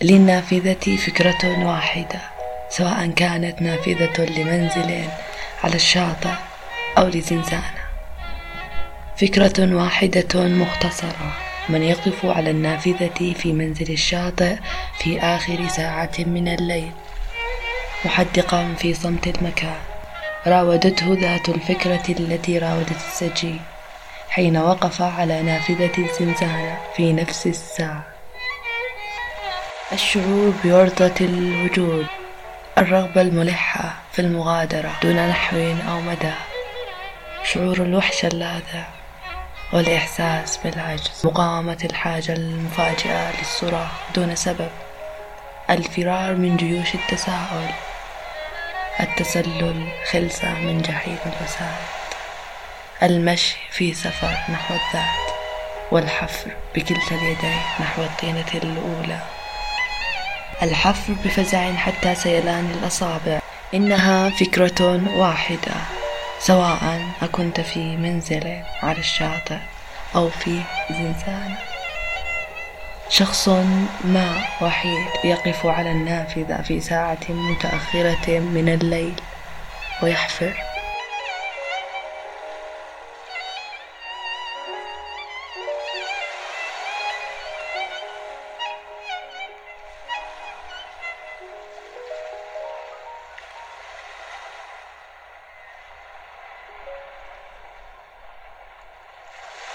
للنافذة فكرة واحدة، سواء كانت نافذة لمنزل على الشاطئ أو لزنزانة. فكرة واحدة مختصرة: من يقف على النافذة في منزل الشاطئ في آخر ساعة من الليل محدقا في صمت المكان. راودته ذات الفكرة التي راودت السجين حين وقف على نافذة الزنزانة في نفس الساعة. الشعور بورطة الوجود، الرغبة الملحة في المغادرة دون نحو أو مدى، شعور الوحشة اللاذع والإحساس بالعجز، مقاومة الحاجة المفاجئة للصراخ دون سبب، الفرار من جيوش التساؤل، التسلل خلسة من جحيم الوسائد، المشي في سفر نحو الذات، والحفر بكلتا اليدين نحو الطينة الأولى، الحفر بفزع حتى سيلان الأصابع. إنها فكرة واحدة، سواء أكنت في منزل على الشاطئ أو في زنزانة. شخص ما وحيد يقف على النافذة في ساعة متأخرة من الليل ويحفر